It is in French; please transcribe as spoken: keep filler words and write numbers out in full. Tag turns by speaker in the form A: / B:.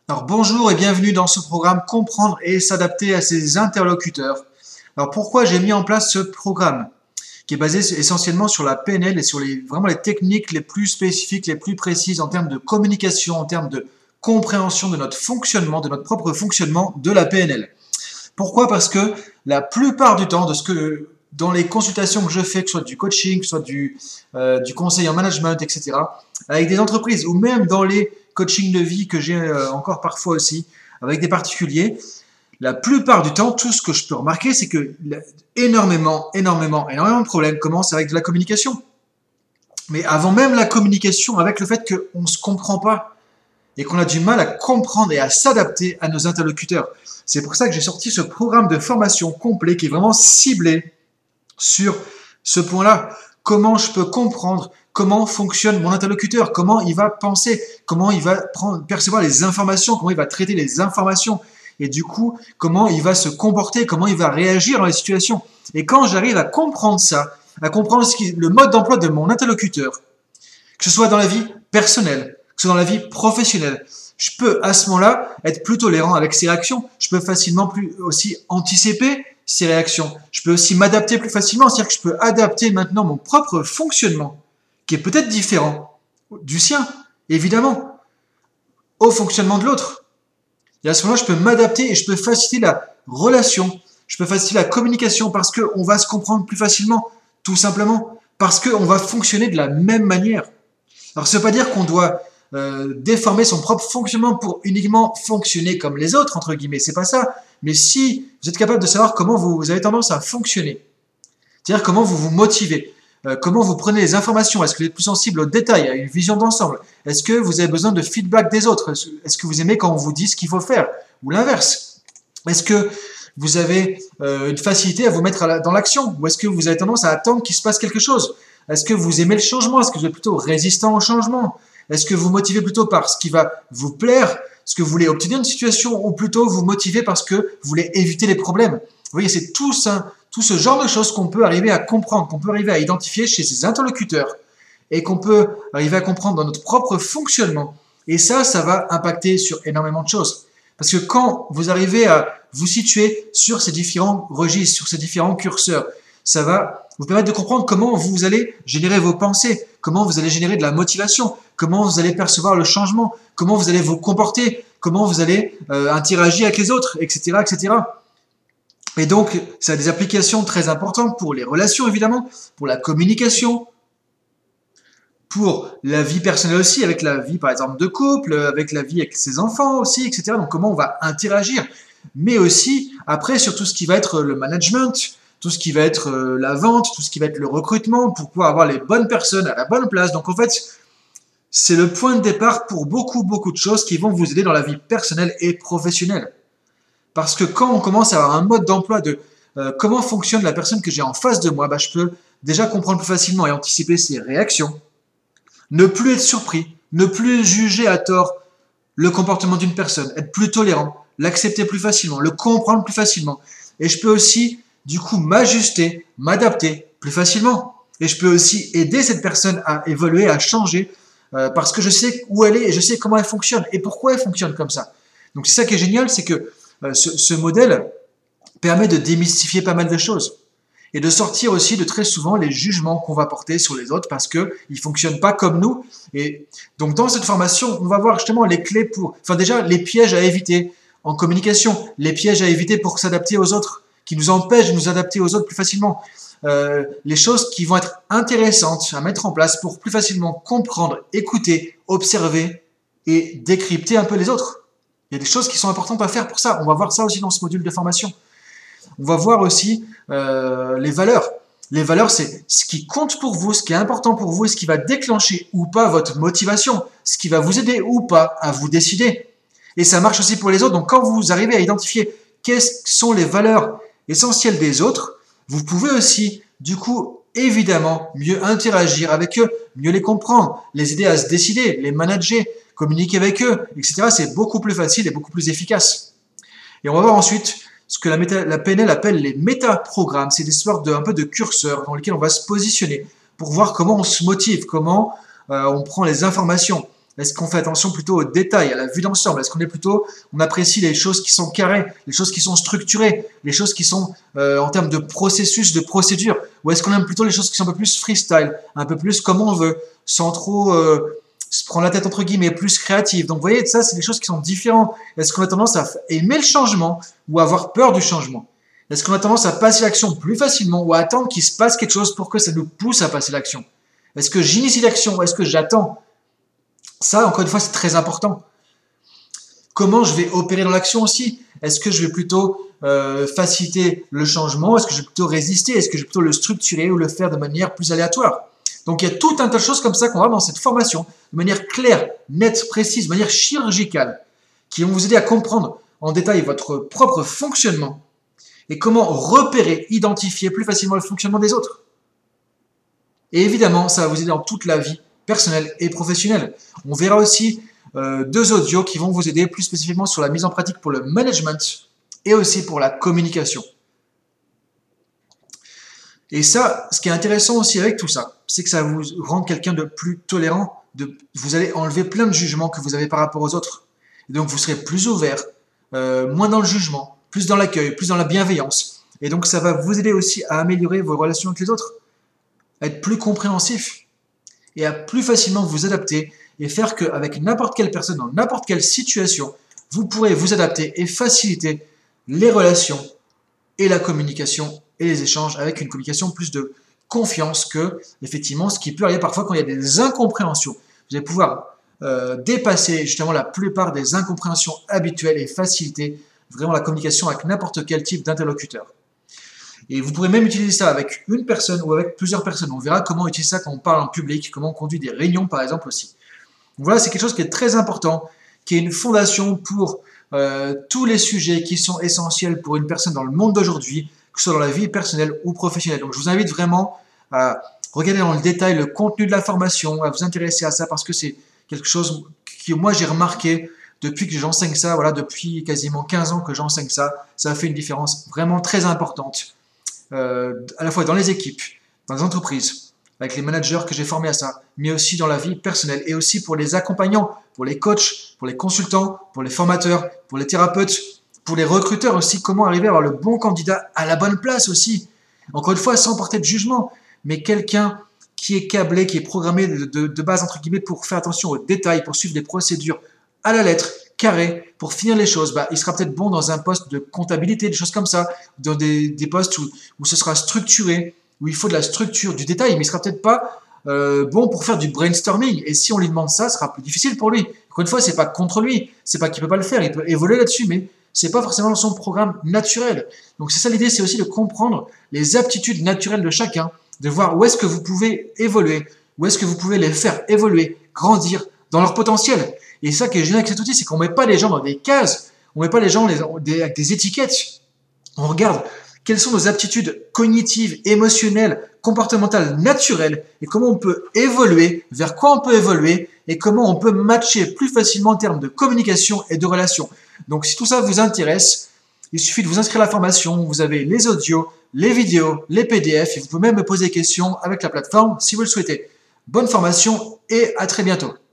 A: Alors bonjour et bienvenue dans ce programme Comprendre et s'adapter à ses interlocuteurs. Alors pourquoi j'ai mis en place ce programme qui est basé essentiellement sur la P N L et sur les, vraiment les techniques les plus spécifiques, les plus précises en termes de communication, en termes de compréhension de notre fonctionnement, de notre propre fonctionnement de la P N L. Pourquoi? Parce que la plupart du temps, de ce que dans les consultations que je fais, que ce soit du coaching, que ce soit du, euh, du conseil en management, et cetera, avec des entreprises ou même dans les coachings de vie que j'ai euh, encore parfois aussi, avec des particuliers, la plupart du temps, tout ce que je peux remarquer, c'est que énormément, énormément, énormément de problèmes commencent avec de la communication. Mais avant même la communication, avec le fait qu'on ne se comprend pas et qu'on a du mal à comprendre et à s'adapter à nos interlocuteurs. C'est pour ça que j'ai sorti ce programme de formation complet qui est vraiment ciblé sur ce point-là. Comment je peux comprendre comment fonctionne mon interlocuteur, comment il va penser, comment il va prendre, percevoir les informations, comment il va traiter les informations, et du coup, comment il va se comporter, comment il va réagir dans les situations. Et quand j'arrive à comprendre ça, à comprendre ce qui, le mode d'emploi de mon interlocuteur, que ce soit dans la vie personnelle, que ce soit dans la vie professionnelle, je peux à ce moment-là être plus tolérant avec ses réactions. Je peux facilement plus aussi anticiper ses réactions. Je peux aussi m'adapter plus facilement, c'est-à-dire que je peux adapter maintenant mon propre fonctionnement, qui est peut-être différent du sien, évidemment, au fonctionnement de l'autre. Et à ce moment-là, je peux m'adapter et je peux faciliter la relation, je peux faciliter la communication parce qu'on va se comprendre plus facilement, tout simplement, parce qu'on va fonctionner de la même manière. Alors, ça ne veut pas dire qu'on doit euh, déformer son propre fonctionnement pour uniquement fonctionner comme les autres, entre guillemets, c'est pas ça. Mais si vous êtes capable de savoir comment vous, vous avez tendance à fonctionner, c'est-à-dire comment vous vous motivez, euh, comment vous prenez les informations, est-ce que vous êtes plus sensible aux détails, à une vision d'ensemble, est-ce que vous avez besoin de feedback des autres, est-ce que vous aimez quand on vous dit ce qu'il faut faire, ou l'inverse, est-ce que vous avez euh, une facilité à vous mettre à la, dans l'action, ou est-ce que vous avez tendance à attendre qu'il se passe quelque chose, est-ce que vous aimez le changement, est-ce que vous êtes plutôt résistant au changement, est-ce que vous motivez plutôt par ce qui va vous plaire, ce que vous voulez obtenir d'une situation, ou plutôt vous motivez parce que vous voulez éviter les problèmes. Vous voyez, c'est tout, ça, tout ce genre de choses qu'on peut arriver à comprendre, qu'on peut arriver à identifier chez ses interlocuteurs et qu'on peut arriver à comprendre dans notre propre fonctionnement. Et ça, ça va impacter sur énormément de choses. Parce que quand vous arrivez à vous situer sur ces différents registres, sur ces différents curseurs, ça va vous permettre de comprendre comment vous allez générer vos pensées, comment vous allez générer de la motivation, comment vous allez percevoir le changement, comment vous allez vous comporter, comment vous allez euh, interagir avec les autres, et cetera, et cetera. Et donc, ça a des applications très importantes pour les relations, évidemment, pour la communication, pour la vie personnelle aussi, avec la vie, par exemple, de couple, avec la vie avec ses enfants aussi, et cetera. Donc, comment on va interagir, mais aussi, après, sur tout ce qui va être le management, tout ce qui va être euh, la vente, tout ce qui va être le recrutement, pour pouvoir avoir les bonnes personnes à la bonne place. Donc, en fait, c'est le point de départ pour beaucoup, beaucoup de choses qui vont vous aider dans la vie personnelle et professionnelle. Parce que quand on commence à avoir un mode d'emploi de euh, comment fonctionne la personne que j'ai en face de moi, bah, je peux déjà comprendre plus facilement et anticiper ses réactions. Ne plus être surpris, ne plus juger à tort le comportement d'une personne, être plus tolérant, l'accepter plus facilement, le comprendre plus facilement. Et je peux aussi, du coup, m'ajuster, m'adapter plus facilement. Et je peux aussi aider cette personne à évoluer, à changer, euh, parce que je sais où elle est et je sais comment elle fonctionne et pourquoi elle fonctionne comme ça. Donc c'est ça qui est génial, c'est que euh, ce, ce modèle permet de démystifier pas mal de choses et de sortir aussi de très souvent les jugements qu'on va porter sur les autres parce qu'ils ne fonctionnent pas comme nous. Et donc dans cette formation, on va voir justement les clés pour, enfin déjà les pièges à éviter en communication, les pièges à éviter pour s'adapter aux autres, qui nous empêchent de nous adapter aux autres plus facilement. Euh, les choses qui vont être intéressantes à mettre en place pour plus facilement comprendre, écouter, observer et décrypter un peu les autres. Il y a des choses qui sont importantes à faire pour ça. On va voir ça aussi dans ce module de formation. On va voir aussi euh, les valeurs. Les valeurs, c'est ce qui compte pour vous, ce qui est important pour vous et ce qui va déclencher ou pas votre motivation, ce qui va vous aider ou pas à vous décider. Et ça marche aussi pour les autres. Donc quand vous arrivez à identifier quelles sont les valeurs essentielles des autres, vous pouvez aussi, du coup, évidemment, mieux interagir avec eux, mieux les comprendre, les aider à se décider, les manager, communiquer avec eux, et cetera. C'est beaucoup plus facile et beaucoup plus efficace. Et on va voir ensuite ce que la, méta, la P N L appelle les métaprogrammes. C'est des sortes de, un peu de curseurs dans lesquels on va se positionner pour voir comment on se motive, comment euh, on prend les informations. Est-ce qu'on fait attention plutôt aux détails, à la vue d'ensemble? Est-ce qu'on est plutôt, on apprécie les choses qui sont carrées, les choses qui sont structurées, les choses qui sont euh, en termes de processus, de procédure? Ou est-ce qu'on aime plutôt les choses qui sont un peu plus freestyle, un peu plus comme on veut, sans trop euh, se prendre la tête entre guillemets, plus créative? Donc vous voyez, ça c'est des choses qui sont différentes. Est-ce qu'on a tendance à aimer le changement ou à avoir peur du changement? Est-ce qu'on a tendance à passer l'action plus facilement ou à attendre qu'il se passe quelque chose pour que ça nous pousse à passer l'action? Est-ce que j'initie l'action ou est-ce que j'attends? Ça, encore une fois, c'est très important. Comment je vais opérer dans l'action aussi? Est-ce que je vais plutôt euh, faciliter le changement? Est-ce que je vais plutôt résister? Est-ce que je vais plutôt le structurer ou le faire de manière plus aléatoire? Donc, il y a tout un tas de choses comme ça qu'on va dans cette formation, de manière claire, nette, précise, de manière chirurgicale, qui vont vous aider à comprendre en détail votre propre fonctionnement et comment repérer, identifier plus facilement le fonctionnement des autres. Et évidemment, ça va vous aider dans toute la vie personnelle et professionnelle. On verra aussi euh, deux audios qui vont vous aider plus spécifiquement sur la mise en pratique pour le management et aussi pour la communication. Et ça, ce qui est intéressant aussi avec tout ça, c'est que ça vous rend quelqu'un de plus tolérant. De, vous allez enlever plein de jugements que vous avez par rapport aux autres. Et donc, vous serez plus ouvert, euh, moins dans le jugement, plus dans l'accueil, plus dans la bienveillance. Et donc, ça va vous aider aussi à améliorer vos relations avec les autres, à être plus compréhensif et à plus facilement vous adapter et faire qu'avec n'importe quelle personne, dans n'importe quelle situation, vous pourrez vous adapter et faciliter les relations et la communication et les échanges avec une communication plus de confiance que, effectivement, ce qui peut arriver parfois quand il y a des incompréhensions. Vous allez pouvoir euh, dépasser justement la plupart des incompréhensions habituelles et faciliter vraiment la communication avec n'importe quel type d'interlocuteur. Et vous pourrez même utiliser ça avec une personne ou avec plusieurs personnes. On verra comment utiliser ça quand on parle en public, comment on conduit des réunions par exemple aussi. Donc voilà, c'est quelque chose qui est très important, qui est une fondation pour euh, tous les sujets qui sont essentiels pour une personne dans le monde d'aujourd'hui, que ce soit dans la vie personnelle ou professionnelle. Donc je vous invite vraiment à regarder dans le détail le contenu de la formation, à vous intéresser à ça parce que c'est quelque chose que moi j'ai remarqué depuis que j'enseigne ça, voilà, depuis quasiment quinze ans que j'enseigne ça, ça a fait une différence vraiment très importante. Euh, à la fois dans les équipes, dans les entreprises, avec les managers que j'ai formés à ça, mais aussi dans la vie personnelle et aussi pour les accompagnants, pour les coachs, pour les consultants, pour les formateurs, pour les thérapeutes, pour les recruteurs aussi, comment arriver à avoir le bon candidat à la bonne place aussi. Encore une fois, sans porter de jugement, mais quelqu'un qui est câblé, qui est programmé de, de, de base, entre guillemets, pour faire attention aux détails, pour suivre des procédures à la lettre, carré, pour finir les choses, bah, il sera peut-être bon dans un poste de comptabilité, des choses comme ça, dans des, des postes où, où ce sera structuré, où il faut de la structure, du détail, mais il sera peut-être pas euh, bon pour faire du brainstorming. Et si on lui demande ça, ce sera plus difficile pour lui. Encore une fois, c'est pas contre lui, c'est pas qu'il peut pas le faire, il peut évoluer là-dessus, mais c'est pas forcément dans son programme naturel. Donc c'est ça l'idée, c'est aussi de comprendre les aptitudes naturelles de chacun, de voir où est-ce que vous pouvez évoluer, où est-ce que vous pouvez les faire évoluer, grandir dans leur potentiel. Et ça qui est génial avec cet outil, c'est qu'on ne met pas les gens dans des cases, on ne met pas les gens les, des, avec des étiquettes. On regarde quelles sont nos aptitudes cognitives, émotionnelles, comportementales, naturelles, et comment on peut évoluer, vers quoi on peut évoluer, et comment on peut matcher plus facilement en termes de communication et de relations. Donc si tout ça vous intéresse, il suffit de vous inscrire à la formation, vous avez les audios, les vidéos, les P D F, et vous pouvez même me poser des questions avec la plateforme si vous le souhaitez. Bonne formation et à très bientôt.